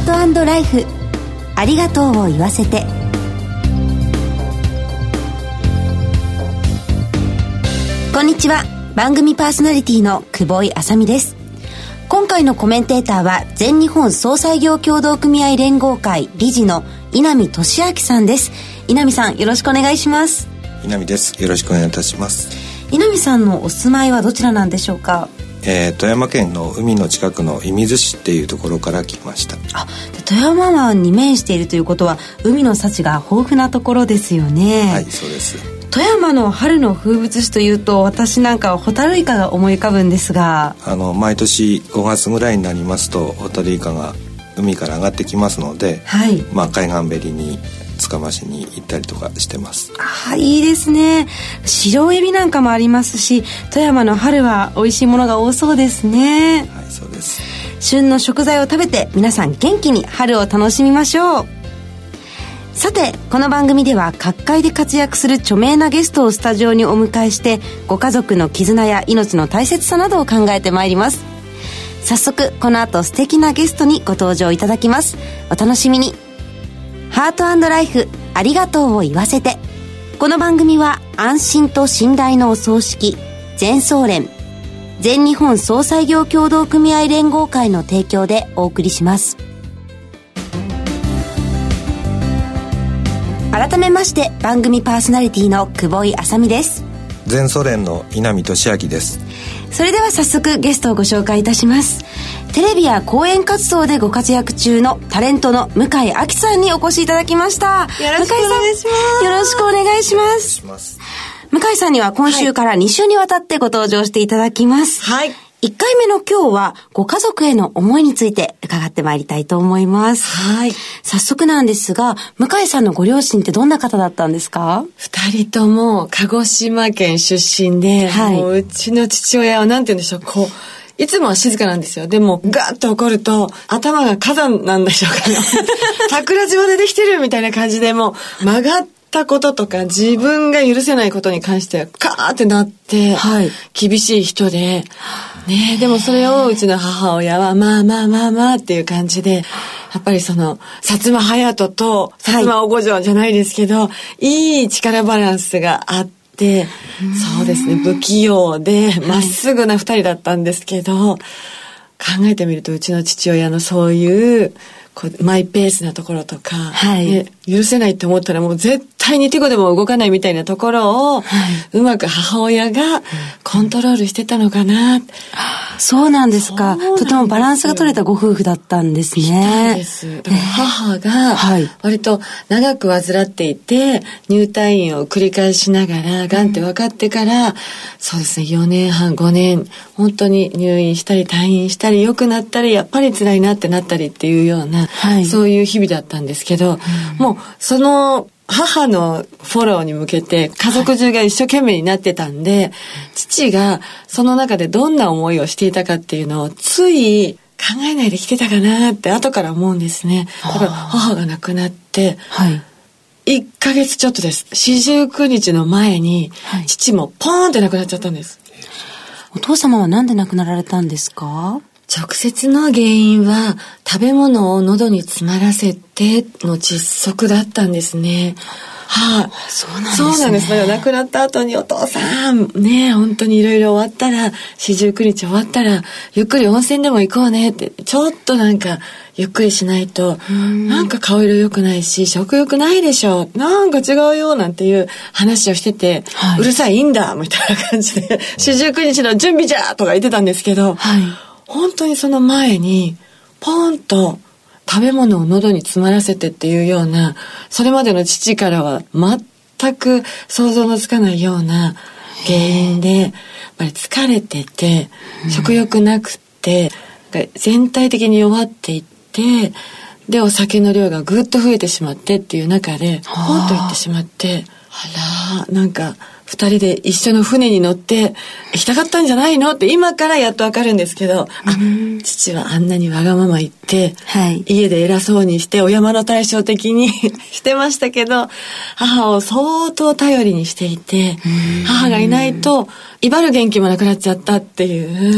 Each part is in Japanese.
ハート&ライフ、ありがとうを言わせて。こんにちは、番組パーソナリティの久保井あさみです。今回のコメンテーターは全日本総裁業協同組合連合会理事の稲見俊明さんです。稲見さん、よろしくお願いします。 稲見です。よろしくお願いいたします。 稲見さんのお住まいはどちらなんでしょうか？ 富山県の海の近くの射水市っていうところから来ました。 富山湾に面しているということは海の幸が豊富なところですよね。 はい、そうです。 富山の春の風物詩というと、私なんかはホタルイカが思い浮かぶんですが、 毎年5月ぐらいになりますとホタルイカが海から上がってきますので、 はい、 海岸べりに捕ましに行ったりとかしてます。 いいですね。白エビなんかもありますし、富山の春は美味しいものが多そうですね。 はい、そうです。 旬の食材を食べて皆さん元気に春を楽しみましょう。さて、この番組では各界で活躍する著名なゲストをスタジオにお迎えして、ご家族の絆や命の大切さなどを考えてまいります。早速この後素敵なゲストにご登場いただきます。お楽しみに。ハート&ライフ、ありがとうを言わせて。この番組は安心と信頼のお葬式全総連、全日本総裁業協同組合連合会の提供でお送りします。改めまして番組パーソナリティの久保井あさみです。 全総連の稲見俊明です。 それでは早速ゲストをご紹介いたします。テレビや講演活動でご活躍中のタレントの向井亜紀さんにお越しいただきました。 よろしくお願いします。 よろしくお願いします。向井さんには今週から2週にわたってご登場していただきます。 はい。 1回目の今日はご家族への思いについて伺ってまいりたいと思います。 はい。 早速なんですが、向井さんのご両親ってどんな方だったんですか ？2人とも鹿児島県出身で、 はい、 もううちの父親はなんて言うんでしょう、いつもは静かなんですよ。でもガーッと怒ると頭が火山なんでしょうかね。桜島でできてるみたいな感じで、もう曲がったこととか自分が許せないことに関してはカーってなって、 はい、 厳しい人でね。でもそれをうちの母親はまあっていう感じで、やっぱりその薩摩隼人と薩摩お五条じゃないですけど、いい力バランスがあって、そうですね、不器用でまっすぐな二人だったんですけど、考えてみるとうちの父親のそういうマイペースなところとか、 はい、 許せないと思ったらもう絶対に手こでも動かないみたいなところを、うまく母親がコントロールしてたのかな。 そうなんですか。とてもバランスが取れたご夫婦だったんですね。 です。母が割と長く患っていて、入退院を繰り返しながら、がんって分かってから、そうですね、4年半5年本当に入院したり退院したり良くなったり、やっぱり辛いなってなったりっていうような、そういう日々だったんですけど、もうその母のフォローに向けて家族中が一生懸命になってたんで、父がその中でどんな思いをしていたかっていうのをつい考えないで来てたかなって後から思うんですね。だから母が亡くなって、1ヶ月ちょっとです。49日の前に父もポーンって亡くなっちゃったんです。 お父様はなんで亡くなられたんですか？ 直接の原因は食べ物を喉に詰まらせての窒息だったんですね。 そうなんですね。 そうなんです。だから亡くなった後にお父さんね、本当にいろいろ終わったら、49日終わったらゆっくり温泉でも行こうねって、ちょっとなんかゆっくりしないとなんか顔色良くないし食欲ないでしょ、なんか違うよなんていう話をしてて、うるさいんだみたいな感じで49日の準備じゃとか言ってたんですけど、本当にその前にポーンと食べ物を喉に詰まらせてっていうような、それまでの父からは全く想像のつかないような原因で、やっぱり疲れてて食欲なくて全体的に弱っていって、でお酒の量がぐっと増えてしまってっていう中でポンといってしまって、なんか2人で一緒の船に乗って行きたかったんじゃないのって今からやっとわかるんですけど、父はあんなにわがまま言って、家で偉そうにしてお山の大将的にしてましたけど、母を相当頼りにしていて、母がいないと威張る元気もなくなっちゃったっていう。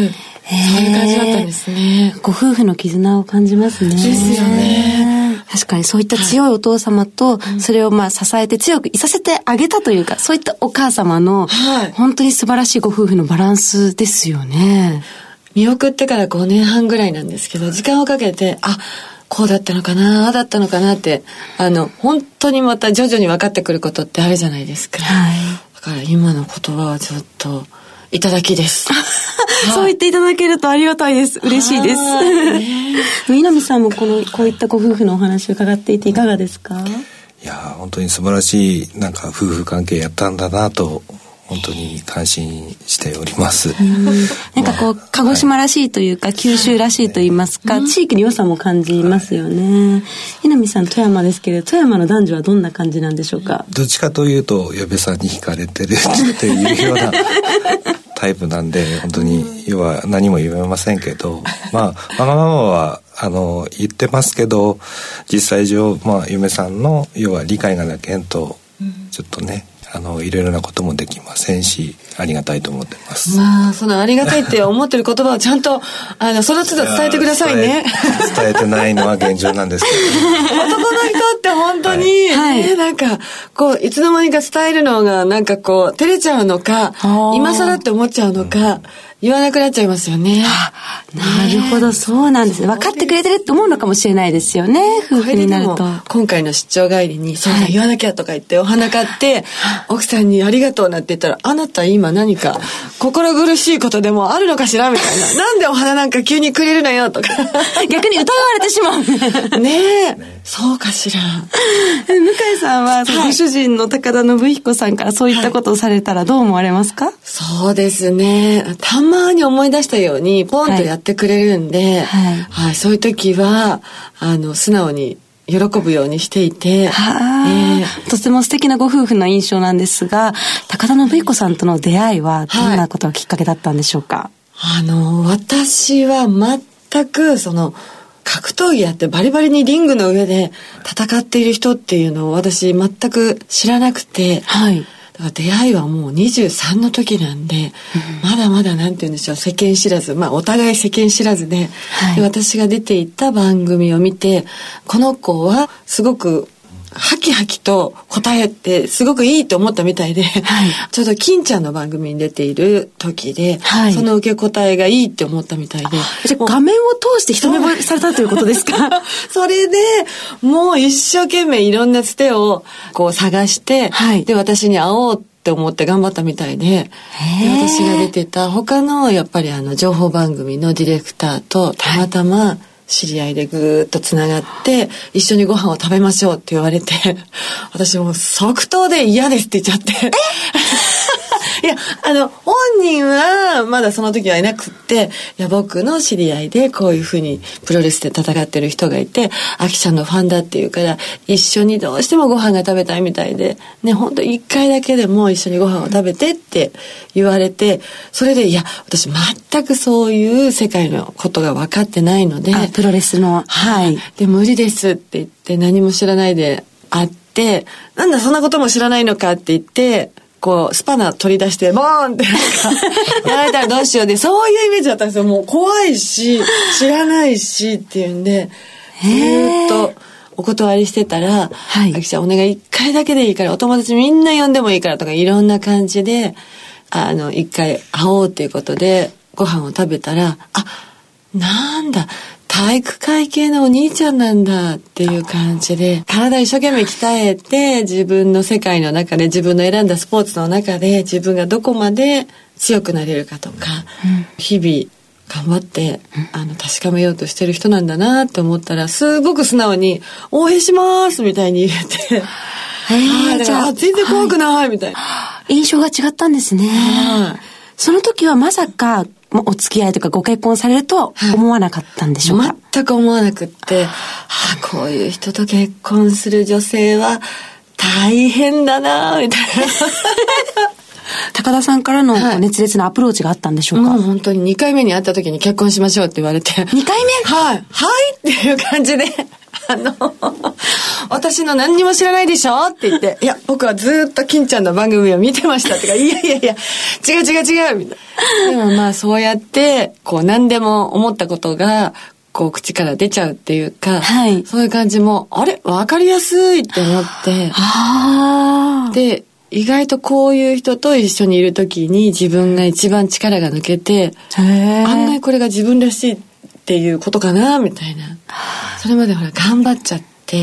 そういう感じだったんですね。 ご夫婦の絆を感じますね。 ですよね。 確かにそういった強いお父様と、それを支えて強くいさせてあげたというか、そういったお母様の、本当に素晴らしいご夫婦のバランスですよね。 見送ってから5年半ぐらいなんですけど、時間をかけて、こうだったのかな、ああだったのかなって、本当にまた徐々に分かってくることってあるじゃないですか。だから今の言葉はちょっと、いただきです。 そう言っていただけるとありがたいです。嬉しいです。南さんもこういったご夫婦のお話を伺っていていかがですか？ いや本当に素晴らしい夫婦関係やったんだなと本当に感心しております。 鹿児島らしいというか、九州らしいと言いますか、地域に良さも感じますよね。南さん富山ですけれど、富山の男女はどんな感じなんでしょうか？ どっちかというと矢部さんに惹かれてるっていうようなタイプなんで、本当に要は何も言えませんけど、わがままは言ってますけど、実際上嫁さんの要は理解がなけんとちょっとね、いろいろなこともできませんし、ありがたいと思ってます。 そのありがたいって思ってる言葉をちゃんとその都度伝えてくださいね。 伝えてないのは現状なんですけど、 男の人って本当に、いつの間にか伝えるのが照れちゃうのか、今更って思っちゃうのか、言わなくなっちゃいますよね。 なるほど、そうなんですね。分かってくれてるって思うのかもしれないですよね、夫婦になると。 今回の出張帰りに、そう言わなきゃとか言ってお花買って、奥さんにありがとうなんて言ったら、あなた今何か心苦しいことでもあるのかしらみたいな。なんでお花なんか急にくれるのよとか。 逆に疑われてしまう。 ねえ、そうかしら。 向井さんは、ご主人の高田信彦さんからそういったことをされたらどう思われますか？ そうですね。たまに思い出したようにポンとやってくれるんで、そういう時は素直に喜ぶようにしていて、 とても素敵なご夫婦の印象なんですが、高田信彦さんとの出会いはどんなことがきっかけだったんでしょうか？ 私は全く格闘技やってバリバリにリングの上で戦っている人っていうのを私全く知らなくて、だから出会いはもう23の時なんで、まだまだなんて言うんでしょう、世間知らず、お互い世間知らずで、で私が出ていた番組を見て、この子はすごくハキハキと答えてすごくいいと思ったみたいで、ちょうど金ちゃんの番組に出ている時で、その受け答えがいいって思ったみたいで、 じゃあ画面を通して一目惚れされたということですか？ それでもう一生懸命いろんなつてを探して、で私に会おうって思って頑張ったみたいで、私が出てた他のやっぱり情報番組のディレクターとたまたま知り合いでぐーっとつながって一緒にご飯を食べましょうって言われて、私も即答で嫌ですって言っちゃっていや本人はまだその時はいなくって、僕の知り合いでこういうふうにプロレスで戦ってる人がいて、アキちゃんのファンだっていうから一緒にどうしてもご飯が食べたいみたいでね、本当一回だけでも一緒にご飯を食べてって言われて、それで私全くそういう世界のことが分かってないので、 プロレスので無理ですって言って何も知らないで会って、なんだそんなことも知らないのかって言ってスパナ取り出してボーンってやられたらどうしようで、そういうイメージだったんですよ。もう怖いし知らないしっていうんで、ずっとお断りしてたら、あきちゃんお願い1回だけでいいからお友達みんな呼んでもいいからとかいろんな感じで1回会おうっていうことでご飯を食べたら、なんだ体育会系のお兄ちゃんなんだっていう感じで、体一生懸命鍛えて自分の世界の中で自分の選んだスポーツの中で自分がどこまで強くなれるかとか、日々頑張って確かめようとしてる人なんだなって思ったら、すごく素直に応援しますみたいに言ってだから全然怖くないみたいな印象が違ったんですね。その時はまさかお付き合いとかご結婚されると思わなかったんでしょうか？ 全く思わなくって、こういう人と結婚する女性は大変だなみたいな高田さんからの熱烈なアプローチがあったんでしょうか？ もう本当に2回目に会った時に結婚しましょうって言われて、 2回目はいっていう感じで私の何にも知らないでしょって言って、いや、僕はずっと金ちゃんの番組を見てましたってか、いやいやいや、違う、みたいな。でもまあそうやって、こう何でも思ったことが、こう口から出ちゃうっていうか、はい、そういう感じも、あれわかりやすいって思って、で、意外とこういう人と一緒にいるときに自分が一番力が抜けて、案外これが自分らしいっていうことかなみたいな。それまでほら頑張っちゃって、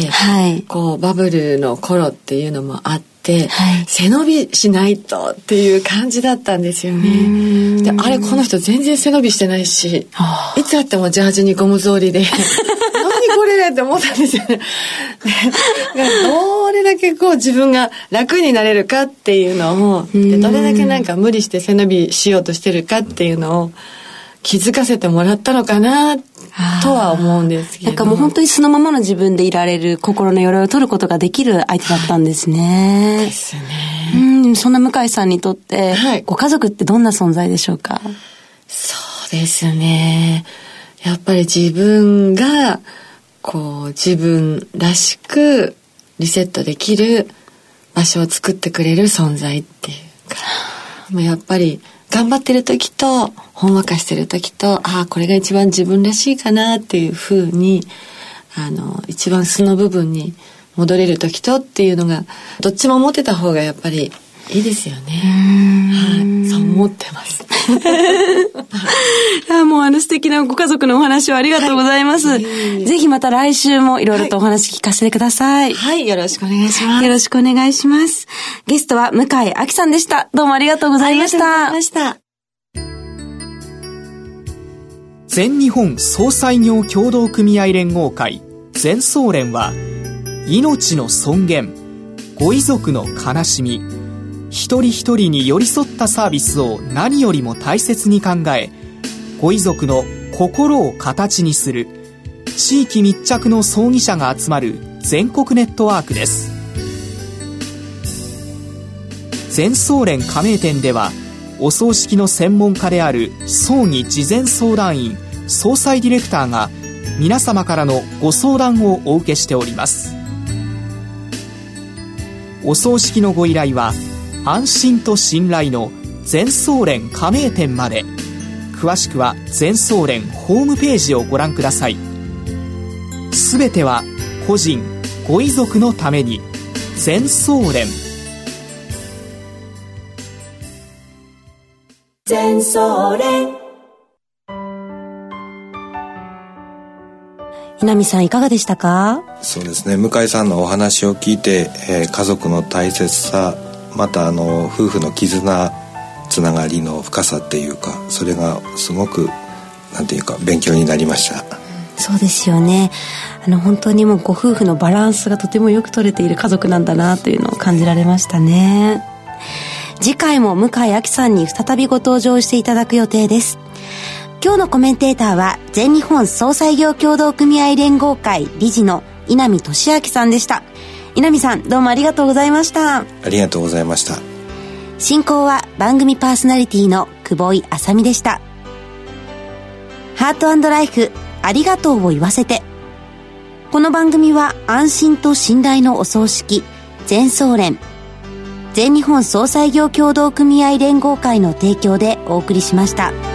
はい、こうバブルの頃っていうのもあって、はい、背伸びしないとっていう感じだったんですよね。で、あれこの人全然背伸びしてないし、いつあってもジャージにゴム草履で何これって思ったんですよね。どれだけこう自分が楽になれるかっていうのを、でどれだけなんか無理して背伸びしようとしてるかっていうのを気づかせてもらったのかなとは思うんですけど。 なんかもう本当にそのままの自分でいられる心の鎧を取ることができる相手だったんですね。 ですね。 そんな向井さんにとって、はい、ご家族ってどんな存在でしょうか？ そうですね。やっぱり自分がこう自分らしくリセットできる場所を作ってくれる存在っていうか、でもやっぱり頑張ってる時とほんわかしてる時と、これが一番自分らしいかなっていう風に一番素の部分に戻れる時とっていうのがどっちも持ってた方がやっぱりいいですよね。はい、そう思ってます。 もう素敵なご家族のお話をありがとうございます。はい、ぜひまた来週もいろいろとお話聞かせてください。 はい、よろしくお願いします。 よろしくお願いします。ゲストは向井亜紀さんでした。どうもありがとうございました。 ありがとうございました。 全日本総裁業協同組合連合会全総連は、命の尊厳、ご遺族の悲しみ、一人一人に寄り添ったサービスを何よりも大切に考え、ご遺族の心を形にする地域密着の葬儀社が集まる全国ネットワークです。全総連加盟店では、お葬式の専門家である葬儀事前相談員、葬祭ディレクターが皆様からのご相談をお受けしております。お葬式のご依頼は安心と信頼の全総連加盟店まで。詳しくは全総連ホームページをご覧ください。すべては個人ご遺族のために。全総連。 全総連。稲見さんいかがでしたか？ そうですね、向井さんのお話を聞いて、家族の大切さ、また夫婦の絆、つながりの深さっていうか、それがすごくなんていうか勉強になりました。 そうですよね。本当にもうご夫婦のバランスがとてもよく取れている家族なんだなというのを感じられましたね。次回も向井亜紀さんに再びご登場していただく予定です。今日のコメンテーターは全日本総裁業協同組合連合会理事の稲見俊明さんでした。稲見さん、どうもありがとうございました。 ありがとうございました。 進行は番組パーソナリティの久保井あさみでした。ハート&ライフ、ありがとうを言わせて。この番組は安心と信頼のお葬式全総連、全日本総裁業協同組合連合会の提供でお送りしました。